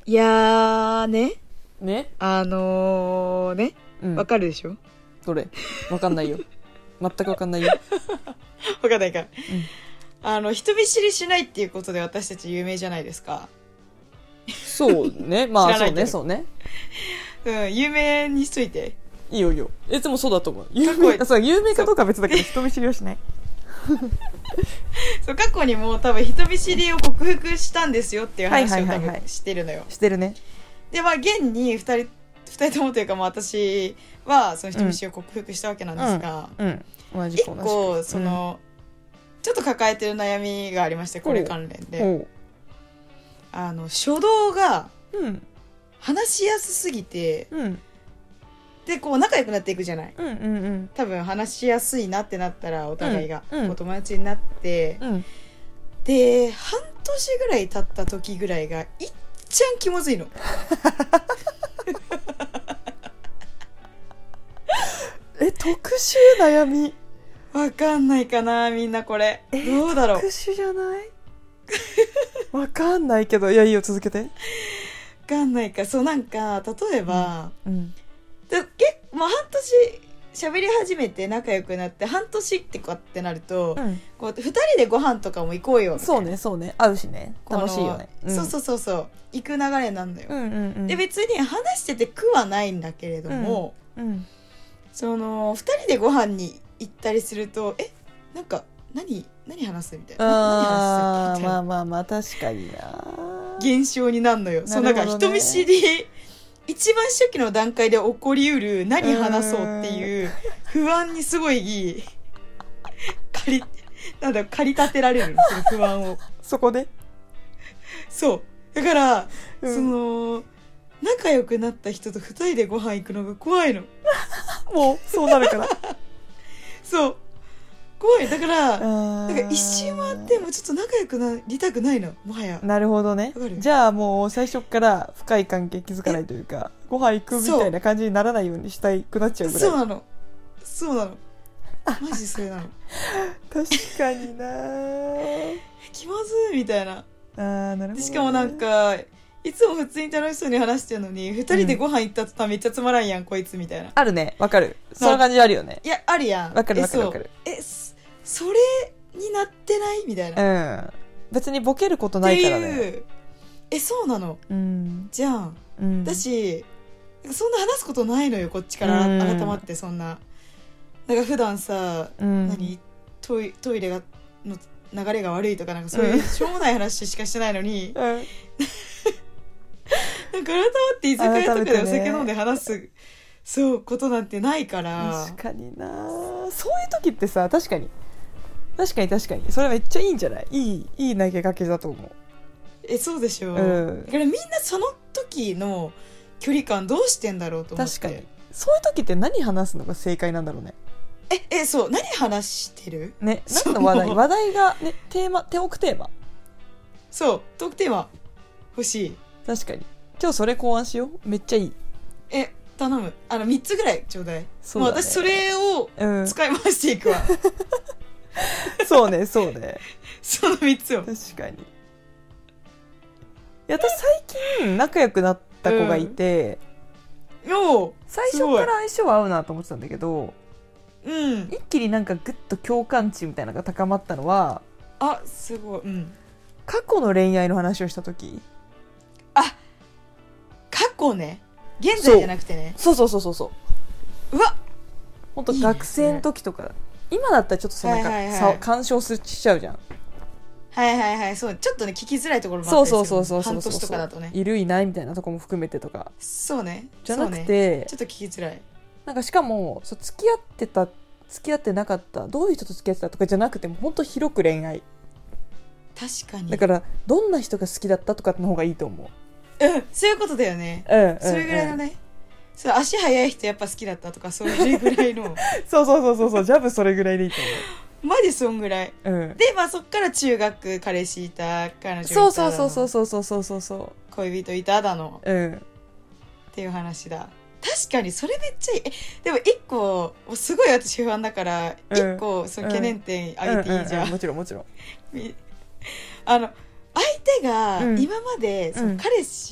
いやーね、 ね、 ね、 うん、 わかるでしょ？ どれ？わかんないよ。全くわかんないよ。 わかんないか。 うん、 人見知りしないっていうことで私たち有名じゃないですか。 そうね、まあそうね、そうね。 うん、有名にしといて。 いいよいいよ。いつもそうだと思う。有名かどうかは別だけど、人見知りはしない。 そう、過去にも多分人見知りを克服したんですよっていう話を多分してるのよ。 してるね。 で、まあ現に二人ともというか、まあ私はその人見知りを克服したわけなんですが、 同じ一個その、ちょっと抱えてる悩みがありまして、これ関連で、初動が話しやすすぎて、でこう仲良くなっていくじゃない、多分話しやすいなってなったらお互いがお友達になって、で半年ぐらい経った時ぐらいがいっちゃん気まずいの。 特殊悩みわかんないかな、みんなこれどうだろう。 特殊じゃない？わかんないけど、いやいいよ、続けて。わかんないか。そう、なんか例えば、もう半年喋り始めて仲良くなって半年ってこうってなると、こう2人でご飯とかも行こうよみたいな。 そうねそうね、会うしね、楽しいよね。 そう行く流れなんだよ。で別に話してて苦はないんだけれども、その2人でご飯に行ったりするとなんか何話すみたいな。 ああ、まあ確かにな、 現象になるのよ。そう、なんか人見知り一番初期の段階で起こりうる何話そうっていう不安にすごい駆り立てられる、その不安を。 そこでそうだから、その仲良くなった人と2人でご飯行くのが怖いの。 もうそうなるからそう怖い。だからなんか一周回ってもちょっと仲良くなりたくないの、もはや。 なるほどね。じゃあもう最初から深い関係築かないというか、ご飯行くみたいな感じにならないようにしたくなっちゃうぐらい。そうなのマジそれなの。 確かにな気まずいみたいな。 なるほどね。 しかもなんかいつも普通に楽しそうに話してるのに、2人でご飯行った途端めっちゃつまらんやんこいつみたいな。 あるね、わかる。その感じあるよね。 いやあるやん。 わかる。 それになってないみたいな。 別にボケることないからね。 そうなの。じゃん。だしそんな話すことないのよ、こっちから改まって。そんななんか普段さ、トイレの流れが悪いとか、なんかそういうしょうもない話しかしてないのに、なんか改まって居酒屋とかでお酒飲んで話す、そうことなんてないから。 確かにな。そういう時ってさ、確かにそれめっちゃいいんじゃない？いい投げかけだと思う。 そうでしょ。だからみんなその時の距離感どうしてんだろうと思って。 確かにそういう時って何話すのが正解なんだろうね。 そう、何話してるね、何の話題がね、トークテーマ。 そう、トークテーマ欲しい。 確かに今日それ考案しよう。めっちゃいい。 頼む。3つぐらいちょうだい。 そうだね、 もう私それを使い回していくわ。 そうねその 3つを。 確かに。私最近仲良くなった子がいて、最初から相性は合うなと思ってたんだけど、一気になんかグッと共感値みたいなのが高まったのは、 すごい。 過去の恋愛の話をした時。 過去ね、現在じゃなくてね。 そう。 うわ、 本当学生の時とか、今だったらちょっとなんか干渉しちゃうじゃん。 そう、ちょっとね聞きづらいところもあったりする。 そう半年とかだとね、 いるいないみたいなとこも含めてとか。 そうね。 じゃなくて、 ちょっと聞きづらい。 なんかしかも付き合ってなかった、どういう人と付き合ってたとかじゃなくても、本当広く恋愛。 確かに。 だからどんな人が好きだったとかの方がいいと思う。 そういうことだよね。それぐらいのね。足速い人やっぱ好きだったとか、そういうぐらいの。 そうジャブそれぐらいでいいと思う。 マジそんぐらい。で、そっから中学彼氏いた、彼女いた、 そう恋人いただの、っていう話だ。確かにそれめっちゃいい。でも一個すごい私不安だから、一個その懸念点あげていいじゃん。 もちろん相手が今までその彼氏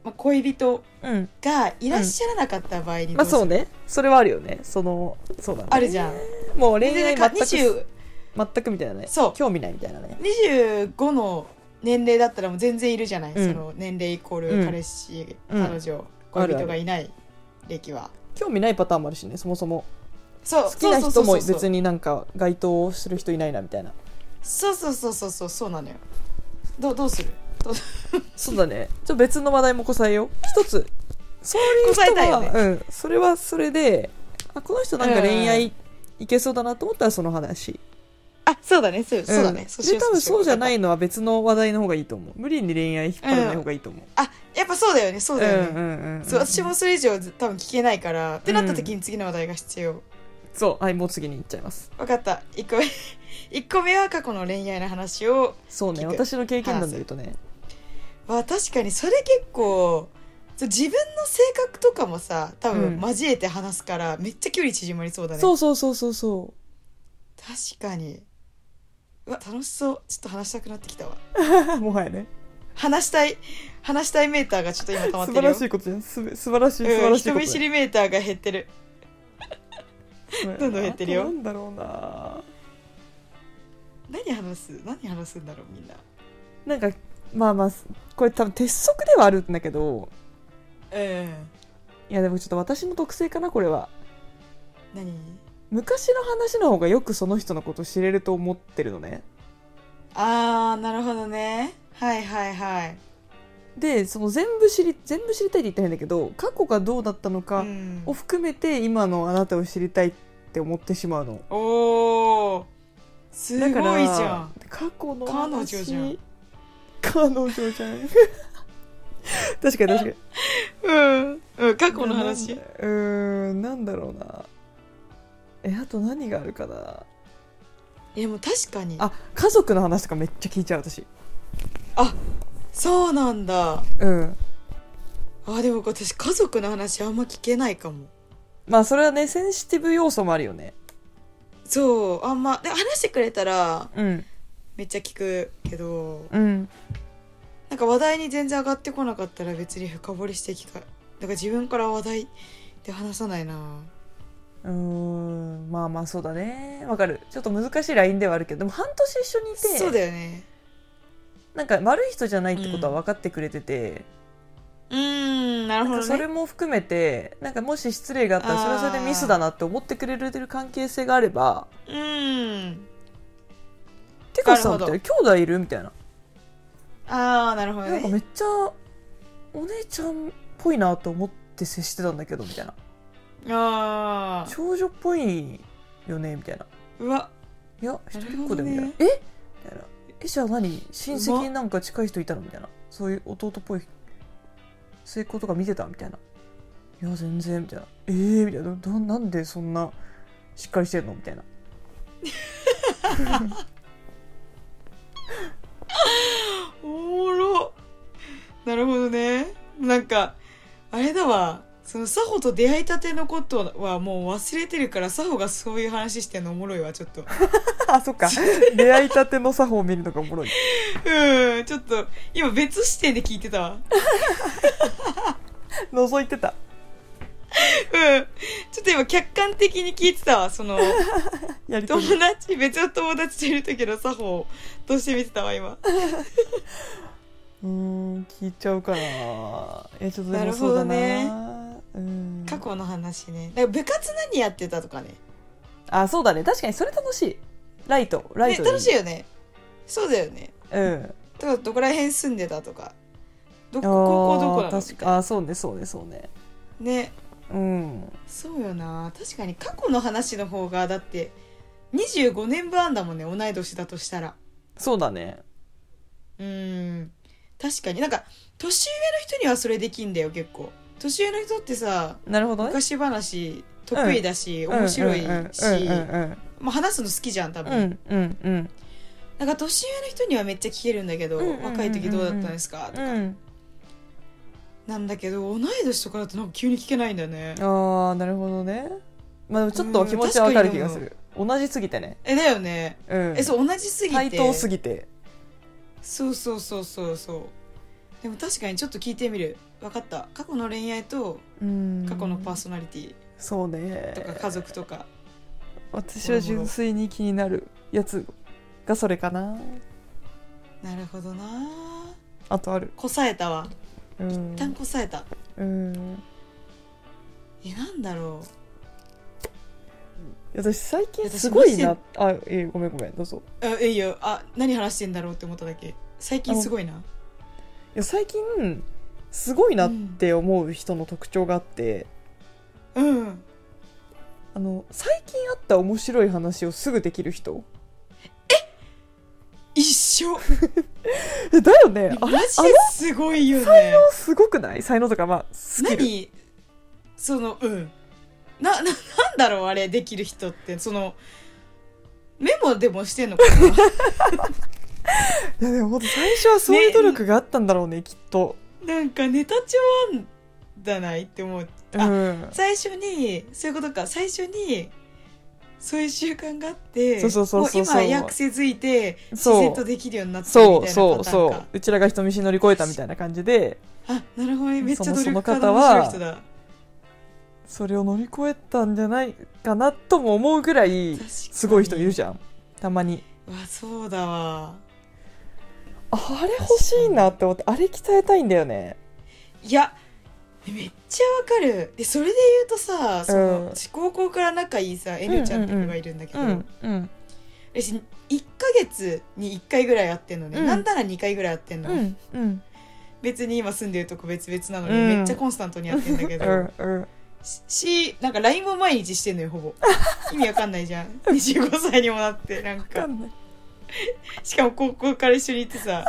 恋人がいらっしゃらなかった場合にどうする？ まあそうね、それはあるよね。そうだね。 あるじゃん。 もう恋愛全くみたいなね。 そう興味ないみたいなね。 25の年齢だったらもう全然いるじゃない、その年齢イコール彼氏、彼女、恋人がいない歴は。 興味ないパターンもあるしね、そもそも。 そう、 好きな人も別になんか該当する人いないなみたいな。 そうなのよ。どうする？ そうだね。別の話題もこさえよう。一つ。そういう人は、ね、それはそれで、この人なんか恋愛いけそうだなと思ったらその話。 そうだね、そうだね。 で、多分そうじゃないのは別の話題の方がいいと思う。無理に恋愛引っ張らない方がいいと思う。 やっぱそうだよね。私もそれ以上多分聞けないから、ってなった時に次の話題が必要。 そう、はい、もう次に行っちゃいます。 分かった。1個目は過去の恋愛の話を。 そうね、私の経験談で言うとね。 確かにそれ結構自分の性格とかもさ多分交えて話すから、めっちゃ距離縮まりそうだね。 そう確かに。楽しそう。ちょっと話したくなってきたわもはやね、 話したいメーターがちょっと今溜まってるよ。 素晴らしいことじゃん。素晴らしいこと、 人見知りメーターが減ってるどんどん減ってるよ。 なんだろうな、 何話すんだろうみんな。 なんかこれ多分鉄則ではあるんだけど、いやでもちょっと私の特性かな、これは。 何？ 昔の話の方がよくその人のこと知れると思ってるのね。 なるほどね。はいで、その全部知りたいって言ったら変だけど、過去がどうだったのかを含めて今のあなたを知りたいって思ってしまうの。 おー、すごいじゃん。 過去の話。 彼女じゃん確かに過去の話。 なんだろうな。あと何があるかな。 もう確かに。 家族の話とかめっちゃ聞いちゃう私。 そうなんだ。でも私家族の話あんま聞けないかも。 それはね、センシティブ要素もあるよね。 そう、あんま話してくれたらめっちゃ聞くけど、なんか話題に全然上がってこなかったら別に深掘りしてだから自分から話題で話さないな。 そうだね、わかる。ちょっと難しいラインではあるけど、でも半年一緒にいて、 そうだよね。 なんか悪い人じゃないってことは分かってくれてて、 なるほどね。 それも含めてなんかもし失礼があったらそれはそれでミスだなって思ってくれる関係性があれば、てかさみたいな、兄弟いるみたいな。 なるほどね。 なんかめっちゃお姉ちゃんっぽいなと思って接してたんだけどみたいな。長女っぽいよねみたいな。いや一人っ子でみたいな。みたいな。じゃあ何、親戚になんか近い人いたのみたいな。そういう弟っぽいそういうことが見てたみたいな。いや全然みたいな。みたいな。なんでそんなしっかりしてんのみたいなおもろ。なるほどね。なんかあれだわ、そのサホと出会いたてのことはもう忘れてるから、サホがそういう話してんのおもろいわ、ちょっとそっか出会いたてのサホを見るのがおもろいちょっと今別視点で聞いてたわ覗いてた。 ちょっと今客観的に聞いてたわ。その別の友達といる時の作法として見てたわ今聞いちゃうかな。ちょっとでもそうだね。過去の話ね。だから部活何やってたとかね。 そうだね、確かにそれ楽しい。ライトね、 楽しいよね。そうだよね。だからどこら辺住んでたとか、高校どこなの。確かそうねね。そうよな。確かに過去の話の方がだって25年分あんだもんね、同い年だとしたら。 そうだね。 確かになんか年上の人にはそれできんだよ。結構年上の人ってさ、 なるほどね、 昔話得意だし、面白いし、話すの好きじゃん多分。なんか年上の人にはめっちゃ聞けるんだけど、若い時どうだったんですかとか、なんだけど同い年とかだとなんか急に聞けないんだよね。 なるほどね。でもちょっと気持ちは分かる気がする。同じすぎてね。 だよね。そう同じすぎて、 対等すぎて。 そうでも確かにちょっと聞いてみる。分かった。過去の恋愛と過去のパーソナリティそうねとか家族とか、 私は純粋に気になるやつがそれかな。 なるほどな。 あとある。 こさえたわ、一旦こさえた。なんだろう。私最近すごいなあ、ごめんどうぞ。 いいよ。何話してんだろうって思っただけ。最近すごいな。いや最近すごいなって思う人の特徴があって、最近あった面白い話をすぐできる人。 一緒だよね。 マジですごいよね。 才能すごくない？才能とかスキル。 なんだろうあれできる人って。メモでもしてんのかな。いやでも本当最初はそういう努力があったんだろうね、きっと。 なんかネタ帳だないって思う。最初にそういうことか。最初にそういう習慣があって、もう今や癖づいて自然とできるようになってるみたいなパターンか。 そううちらが人見知り乗り越えたみたいな感じで、 なるほどね。めっちゃ努力家の面白い人だ。 それを乗り越えたんじゃないかなとも思うぐらいすごい人いるじゃん、たまに。 そうだわ。 あれ欲しいなって思って、あれ鍛えたいんだよね。いやめっちゃわかる。でそれで言うとさ、高校から仲いいさエルちゃんって子がいるんだけど、私1ヶ月に1回ぐらい会ってんのね、なんなら2回ぐらい会ってんの、別に今住んでるとこ別々なのに、めっちゃコンスタントに会ってんだけど、なんか LINE も毎日してんのよほぼ。意味わかんないじゃん。25歳にもなってなんかしかも高校から一緒に行ってさ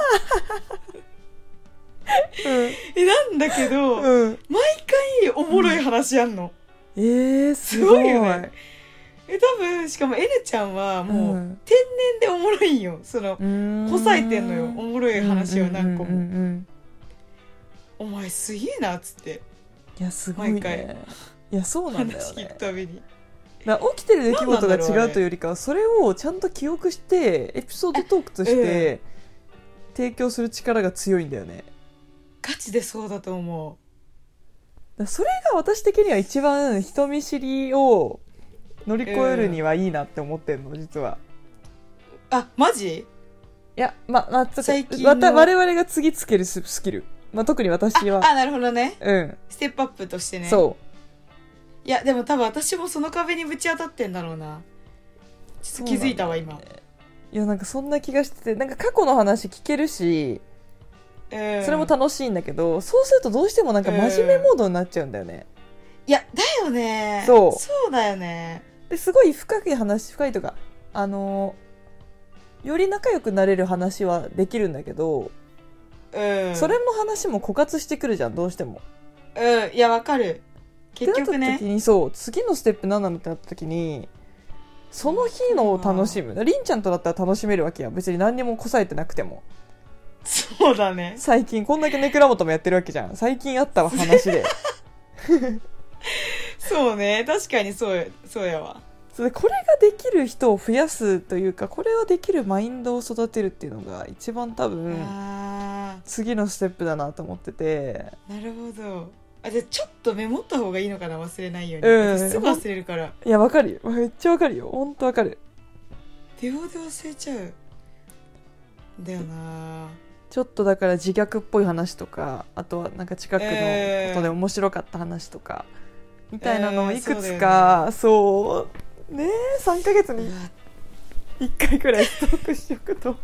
なんだけど、毎回おもろい話やんの。 すごいよね。多分しかもエルちゃんはもう、天然でおもろいんよ。こさえてんのよおもろい話を何個も。お前すげえなっつって。 いやすごいね。毎回いやそうなんだよね。 話聞くたびに起きてる出来事が違うというよりかは、それをちゃんと記憶してエピソードトークとして提供する力が強いんだよね。 ガチでそうだと思う。それが私的には一番人見知りを乗り越えるにはいいなって思ってんの、実は。 マジ？ いや最近我々が次つけるスキル、特に私はなるほどね。ステップアップとしてね。いやでも多分私もその壁にぶち当たってんだろうな。ちょっと気づいたわ今。 いやなんかそんな気がしてて、なんか過去の話聞けるし、それも楽しいんだけど、そうするとどうしてもなんか真面目モードになっちゃうんだよね。 いやだよね。そうだよね。 ですごい深いとかより仲良くなれる話はできるんだけど、それも話も枯渇してくるじゃんどうしても。 いやわかる。結局ね。 時に次のステップ何なのってなった時に、その日のを楽しむ。りんちゃんとだったら楽しめるわけや。別に何にもこさえてなくても。 そうだね。 最近こんだけネクラモトもやってるわけじゃん。最近あった話で。 そうね、確かにそうやわ。 これができる人を増やすというか、これはできるマインドを育てるっていうのが一番多分次のステップだなと思ってて。 なるほど。じゃあちょっとメモった方がいいのかな、忘れないように。私すぐ忘れるから。 いやわかるよ、めっちゃわかるよ、ほんとわかる。 秒で忘れちゃうだよな。 ちょっとだから自虐っぽい話とか、あとはなんか近くのことで面白かった話とか、みたいなのをいくつか、そうね、3ヶ月に1回くらいストックしておくと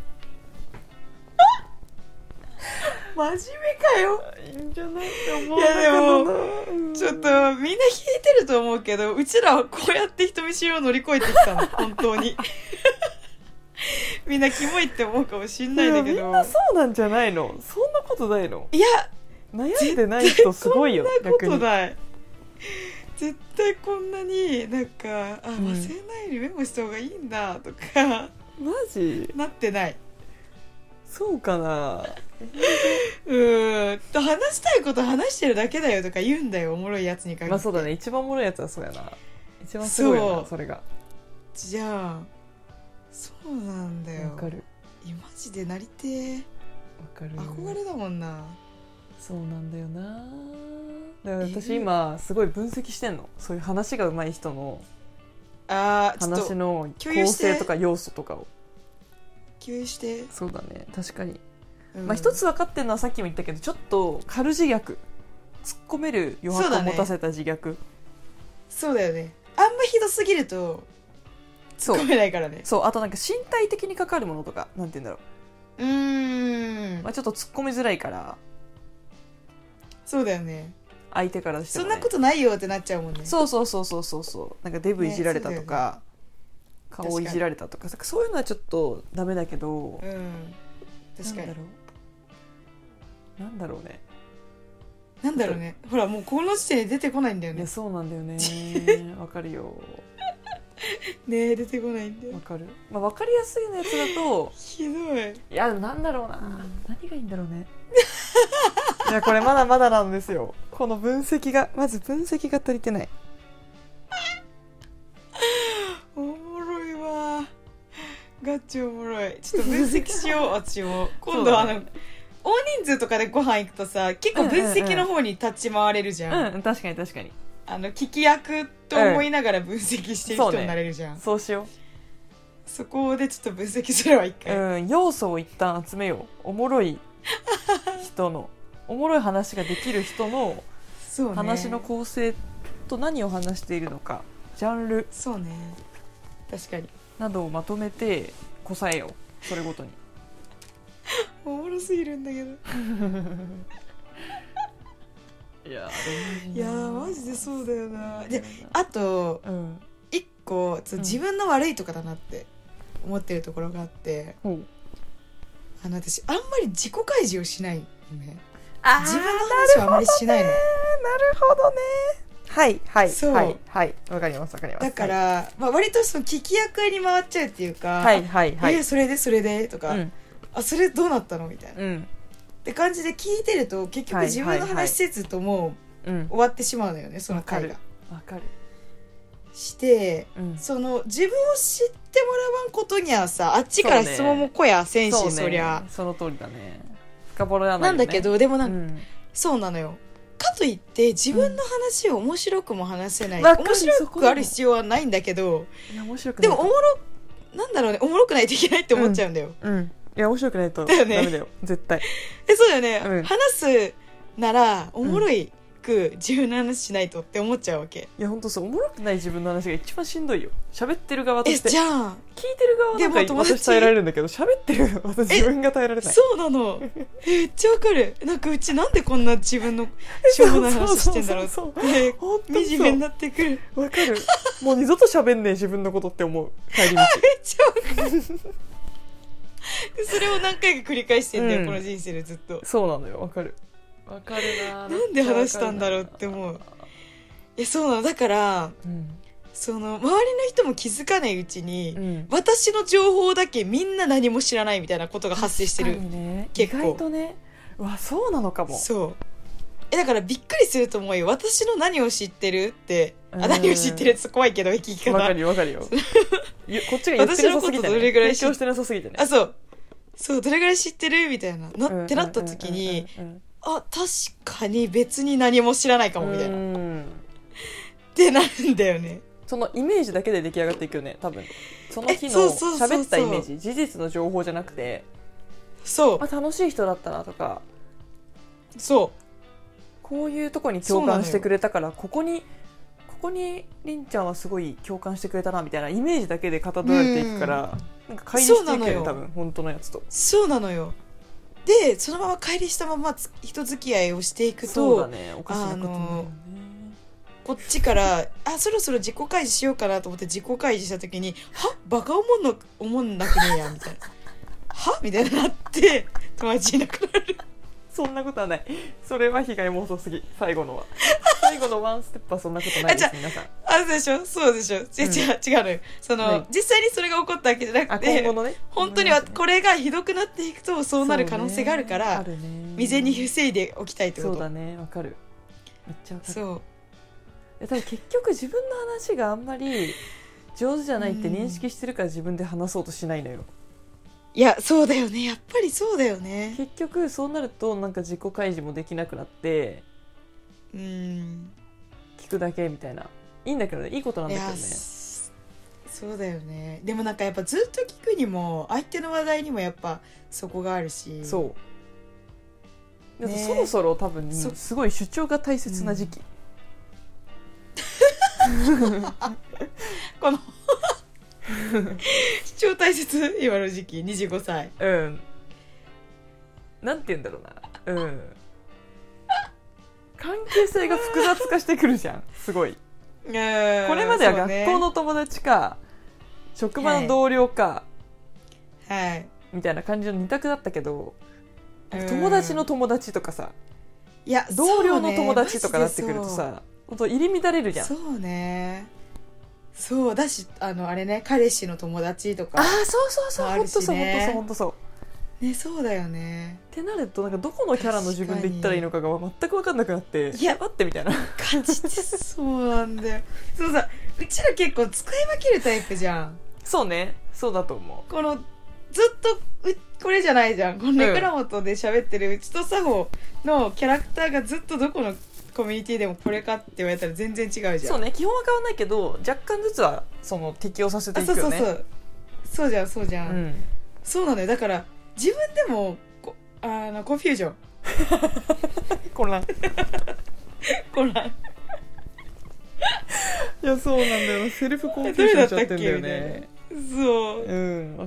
真面目かよ。 いいんじゃないって思うんだけどな。 いやでもちょっとみんな引いてると思うけど、うちらはこうやって人見知りを乗り越えてきたの本当に。みんなキモいって思うかもしんないんだけど、 みんなそうなんじゃないの？そんなことないの？ いや悩んでない人すごいよ。 そんなことない。絶対こんなになんか忘れないようにメモした方がいいんだとかマジなってない。 そうかな。 話したいこと話してるだけだよとか言うんだよ、おもろいやつに限って。 そうだね、一番おもろいやつはそうやな。一番すごいよな、それが。 じゃあそうなんだよ。 わかる。 マジでなりてー。 わかる。 憧れだもんな。 そうなんだよな。だから私今すごい分析してんの、そういう話が上手い人の話の構成とか要素とかを共有して。 そうだね、確かに、まあ、一つ分かってるのはさっきも言ったけど、ちょっと軽自虐、突っ込める余白を持たせた自虐。 そうだよね。あんまひどすぎると突っ込めないからね。 そう、あとなんか身体的にかかるものとか、なんて言うんだろう、まあ、ちょっと突っ込みづらいから。 そうだよね、 相手からしても、ね、 そんなことないよってなっちゃうもんね。 そうなんかデブいじられたとか、ね、顔いじられたとか、そういうのはちょっとダメだけど、 確かに。 なんだろうねほらもうこの時点で出てこないんだよね。 いやそうなんだよねわかるよね、出てこないんだよ。 わかる、まあ、分かりやすいやつだとひどい。 いやなんだろうな、何がいいんだろうねいやこれまだまだなんですよ、このまず分析が足りてない。 おもろいわ、ガチおもろい。ちょっと分析しよう私も今度大人数とかでご飯行くとさ、結構分析の方に立ち回れるじゃん、 確かに聞き役と思いながら分析していく人になれるじゃん、 そうしよう。 そこでちょっと分析すれば一回、 要素を一旦集めよう。おもろい人のおもろい話ができる人の話の構成と何を話しているのか、ジャンル、 そうね、確かになどをまとめてこさえよう、それごとにおもろすぎるんだけどいやマジでそうだよな。であと、一個自分の悪いとこだなって思ってるところがあって、私あんまり自己開示をしないのね。自分の話はあんまりしないの。なるほどね。はいわかりますだから、まあ、割とその聞き役に回っちゃうっていうか、それでとか、それどうなったのみたいな、って感じで聞いてると結局自分の話せずともう終わってしまうのよね、その回が。 わかるして、その自分を知ってもらわんことにはさ、あっちから質問も来やせんし、そりゃその通りだね。深掘らないよね。 なんだけど、でもそうなのよ。かといって自分の話を面白くも話せない、面白くある必要はないんだけど、でもなんだろうね、おもろくないといけないって思っちゃうんだよ。 いや面白くないとダメだよ、絶対。 そうだよね、話すならおもろいく自分の話しないとって思っちゃうわけ。 いや本当そう、おもろくない自分の話が一番しんどいよ。喋ってる側として。 じゃあ聞いてる側なんか私耐えられるんだけど、喋ってる側は自分が耐えられない。 そうなの。めっちゃわかる。なんかうちなんでこんな自分のしょうもない話してんだろうって惨めになってくる。 わかる。もう二度と喋んねえ自分のことって思う帰り道。めっちゃわかる。それを何回か繰り返してんだよ、この人生でずっと。 そうなのよ、わかるなんで話したんだろうって思う。そうなの。だから、その周りの人も気づかないうちに、私の情報だけみんな何も知らないみたいなことが発生してる、 結構意外とね。そうなのかも。 そうだからびっくりすると思うよ。私の何を知ってるって、何を知ってるって怖いけど聞き方。 わかるよこっちが言ってなさすぎてね、 どれぐらい提供してなさすぎてね。 そうどれぐらい知ってるみたいなってなった時に、確かに別に何も知らないかもみたいなってなるんだよね。 そのイメージだけで出来上がっていくよね、多分。その日の喋ったイメージ、事実の情報じゃなくて、楽しい人だったなとか、こういうとこに共感してくれたから、ここにりんちゃんはすごい共感してくれたなみたいなイメージだけでかたどられていくから、なんか乖離していくよね、多分本当のやつと。 そうなのよ。でそのまま乖離したまま人付き合いをしていくと、 そうだね、おかしなことになるよね。 こっちからそろそろ自己開示しようかなと思って自己開示した時に、バカ思んなくねえやみたいなみたいになって友達いなくなる。 そんなことはない。それは被害妄想すぎ。最後のワンステップはそんなことないです、皆さん。 そうでしょ。違うのよ。実際にそれが起こったわけじゃなくて、 今後のね、 本当にはこれがひどくなっていくとそうなる可能性があるから、未然に防いでおきたいってこと。 そうだね、わかる。めっちゃわかる。だから結局自分の話があんまり上手じゃないって認識してるから自分で話そうとしないのよ。 いやそうだよね、やっぱりそうだよね。 結局そうなるとなんか自己開示もできなくなって聞くだけみたいな。いいんだけどね、いいことなんだけどね。 そうだよね。でもなんかやっぱずっと聞くにも相手の話題にもやっぱそこがあるし、 そうだってそろそろ多分すごい主張が大切な時期、 この主張大切今の時期25歳。 なんて言うんだろうな、関係性が複雑化してくるじゃんすごい。これまでは学校の友達か、職場の同僚か、 はい、 みたいな感じの二択だったけど、友達の友達とかさ、 いや同僚の友達とかなってくるとさ、ほんと入り乱れるじゃん。 そうね、そうだし、あれね、彼氏の友達とか、 そうほんとそうね、そうだよね。 ってなるとなんかどこのキャラの自分で言ったらいいのかが全く分かんなくなって、 いや待ってみたいな感じてそうなんだよ。そうさ、うちら結構使い分けるタイプじゃん。 そうね、そうだと思う。 このずっとこれじゃないじゃん。このネクラモトで喋ってるうちとサホのキャラクターがずっとどこのコミュニティでもこれかって言われたら全然違うじゃん。 そうね、基本は変わんないけど若干ずつはその適応させていくよね。 そうじゃん、そうなのよ。だから自分でもコンフュージョン混乱いやそうなんだよ、セルフコンフュージョンしちゃってんだよね。 そう、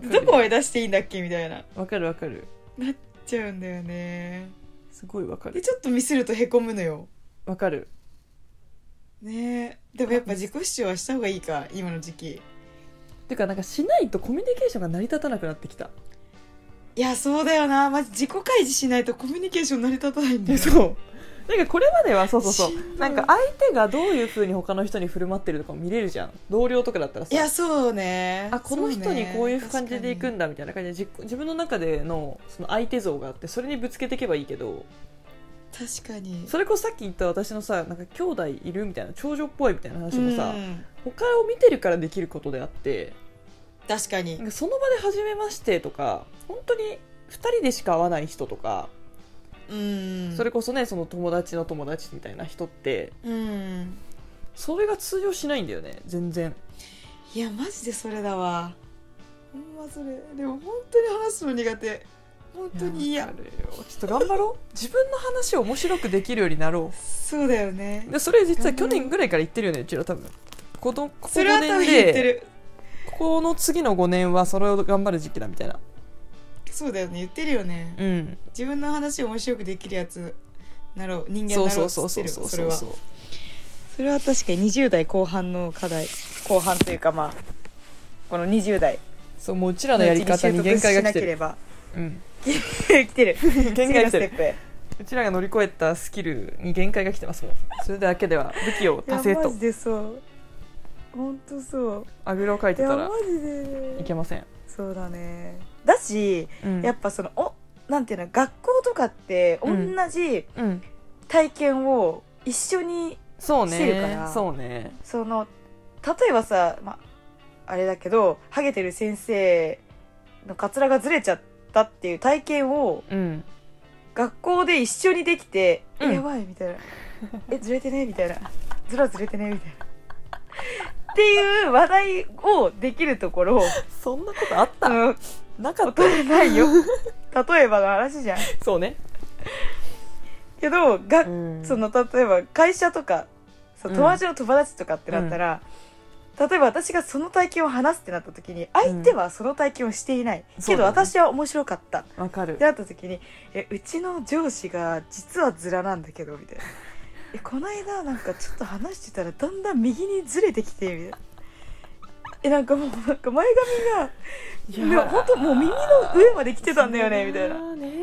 どこへ出していいんだっけみたいな、 わかるなっちゃうんだよね。 すごいわかる。 でちょっとミスるとへこむのよ。 わかるね。でもやっぱ自己主張はした方がいいか今の時期。 てかなんかしないとコミュニケーションが成り立たなくなってきた。 いやそうだよな、マジ自己開示しないとコミュニケーション成り立たないんだよ。 そうなんかこれまではそうなんか相手がどういう風に他の人に振る舞ってるとかも見れるじゃん。同僚とかだったらさ、 いやそうね、 あこの人にこういう感じでいくんだみたいな感じで自分の中でのその相手像があってそれにぶつけていけばいいけど、 確かにそれこそさっき言った私のさなんか兄弟いるみたいな長女っぽいみたいな話もさ、他を見てるからできることであって、 確かにその場で初めましてとか本当に2人でしか会わない人とか、それこそねその友達の友達みたいな人って、それが通用しないんだよね全然。 いやマジでそれだわ、ほんまそれ。でも本当に話すの苦手、本当に嫌。ちょっと頑張ろう自分の話を面白くできるようになろう。 そうだよね。 でそれ実は去年ぐらいから言ってるよねうちら多分。ここそれは多分言ってる。 ここの次の5年はそれを頑張る時期だみたいな。 そうだよね、言ってるよね、自分の話を面白くできるやつなろう、人間なろうって言ってる。それは確かに20代後半の課題、後半というかまあこの20代、 そうもううちらのやり方に限界が来てる。 来てる限界来てる。うちらが乗り越えたスキルに限界が来てますもん。それだけでは武器を足せと。 マジでそう、本当そう。 あぐらをかいてたらマジでいけません。 そうだね。だし、やっぱそのなんていうの、学校とかって同じ体験を一緒にしてるから、 そうね。 その例えばさ、あれだけどハゲてる先生のカツラがずれちゃったっていう体験を、学校で一緒にできて、やばいみたいな、ずれてねみたいな、ずれてねみたいなっていう話題をできるところ。 そんなことあった？なかった。 ないよ例えばの話じゃん。 そうね。 けどその例えば会社とか友達の友達とかってなったら、例えば私がその体験を話すってなった時に相手はその体験をしていない、けど私は面白かったわかるってなった時に、うちの上司が実はズラなんだけどみたいな、この間なんかちょっと話してたらだんだん右にずれてきてみたいな、なんかもうなんか前髪が本当もう耳の上まで来てたんだよねみたいな、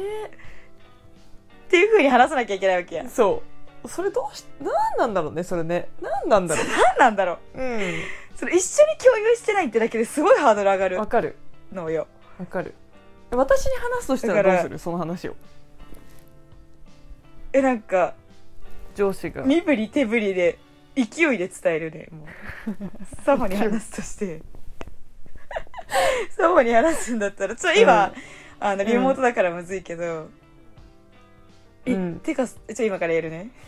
っていう風に話さなきゃいけないわけや。 それ何なんだろうね。それね、何なんだろう。 何なんだろう。それ一緒に共有してないってだけですごいハードル上がる。 わかるのよ。 わかる。私に話すとしたらどうする？その話を。 なんか上司が身振り手振りで勢いで伝えるね。もうサモに話すとして祖母に話すんだったら今、リモートだからむずいけど、てか今からやるね。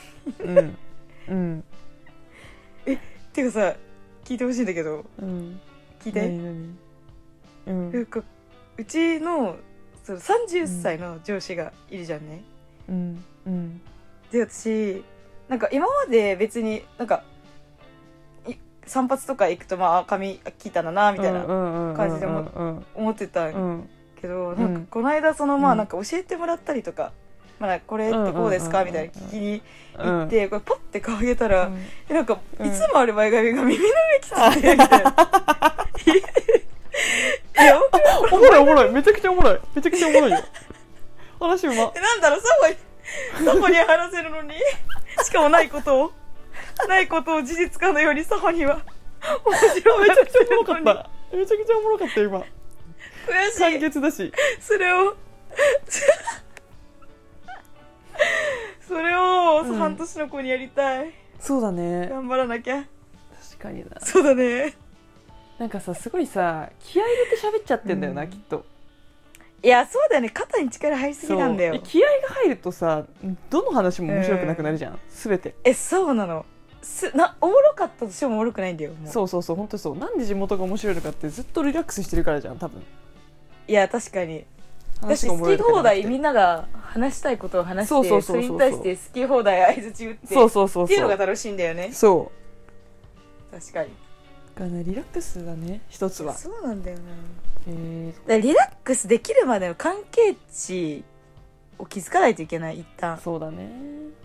てかさ、聞いてほしいんだけど、聞いて。うちのその30歳の上司がいるじゃんね。で、私なんか今まで別になんか散髪とか行くと髪切ったんだなみたいな感じで思ってたけど、なんかこの間なんか教えてもらったりとか、これってこうですかみたいな聞きに行って、これパッて顔上げたら、なんかいつもある前髪が耳の上来ててみたいな。 おもろいおもろい、めちゃくちゃおもろい、めちゃくちゃおもろいよ。話うま。 なんだろう、祖母に話せるのに、しかもないことを事実かのように祖母には面白い。 めちゃくちゃおもろかった。めちゃくちゃおもろかった今。 悔しい。 簡潔だし。 それを半年の子にやりたい。 そうだね。 頑張らなきゃ。 確かにな。 そうだね。 なんかさ、すごいさ、気合い入れて喋っちゃってんだよな、きっと。 いや、そうだよね。肩に力入りすぎなんだよ。 気合が入るとさ、どの話も面白くなくなるじゃん、すべて。 そうなの。おもろかったとしてもおもろくないんだよ。 そうそうそう、本当にそう。なんで地元が面白いのかってずっとリラックスしてるからじゃん、多分。 いや、確かに。私好き放題みんなが話したいことを話して、それに対して好き放題相づち打って、っていうのが楽しいんだよね。 そう。 確かに。 リラックスだね、一つは。 そうなんだよな。リラックスできるまでの関係値を気づかないといけない、一旦。 そうだね。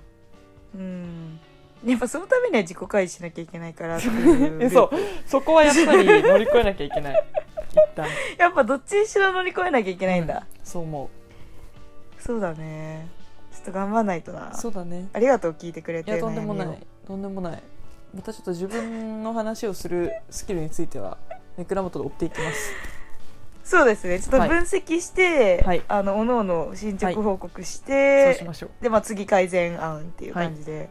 やっぱそのためには自己開示しなきゃいけないからそこはやっぱり乗り越えなきゃいけない一旦。 やっぱどっちにしろ乗り越えなきゃいけないんだ。 そう思う。 そうだね。ちょっと頑張らないとな。 そうだね。 ありがとう、聞いてくれて。 いや、とんでもない、とんでもない。またちょっと自分の話をするスキルについては倉本で追っていきます。 そうですね。ちょっと分析して、おのおの進捗報告して、 そうしましょう。 で、次改善案っていう感じで、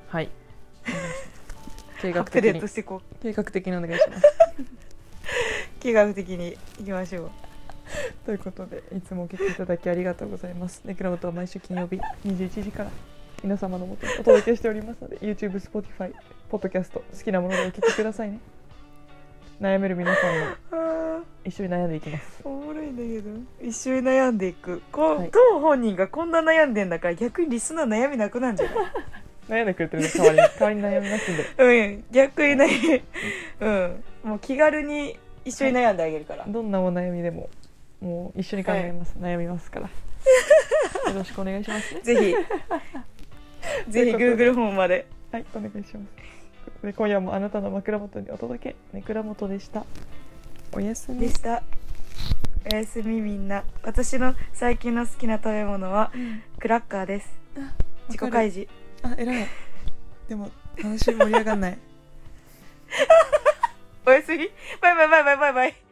計画的にお願いします。 計画的にいきましょう。 ということで、いつもお聞きいただきありがとうございます。倉本は毎週金曜日21時から皆様のもとにお届けしておりますので、YouTube、Spotify、ポッドキャスト、好きなものでお聞きくださいね。悩める皆さんも一緒に悩んでいきます。 おもろいんだけど、一緒に悩んでいく。当本人がこんな悩んでんだから、逆にリスナー悩みなくなんじゃない？ 悩んでくれてるの代わりに悩みますんで。 逆にね、もう気軽に一緒に悩んであげるから。 どんなお悩みでももう一緒に考えます、悩みますから。よろしくお願いしますね。 ぜひ Google 本まで。 はい、お願いします。で、今夜もあなたの枕元にお届け、倉本でした。おやすみでした。おやすみ、みんな。私の最近の好きな食べ物はクラッカーです。自己開示。 偉い。でも話盛り上がんない。 おやすみ。バイバイバイバイバイバイ。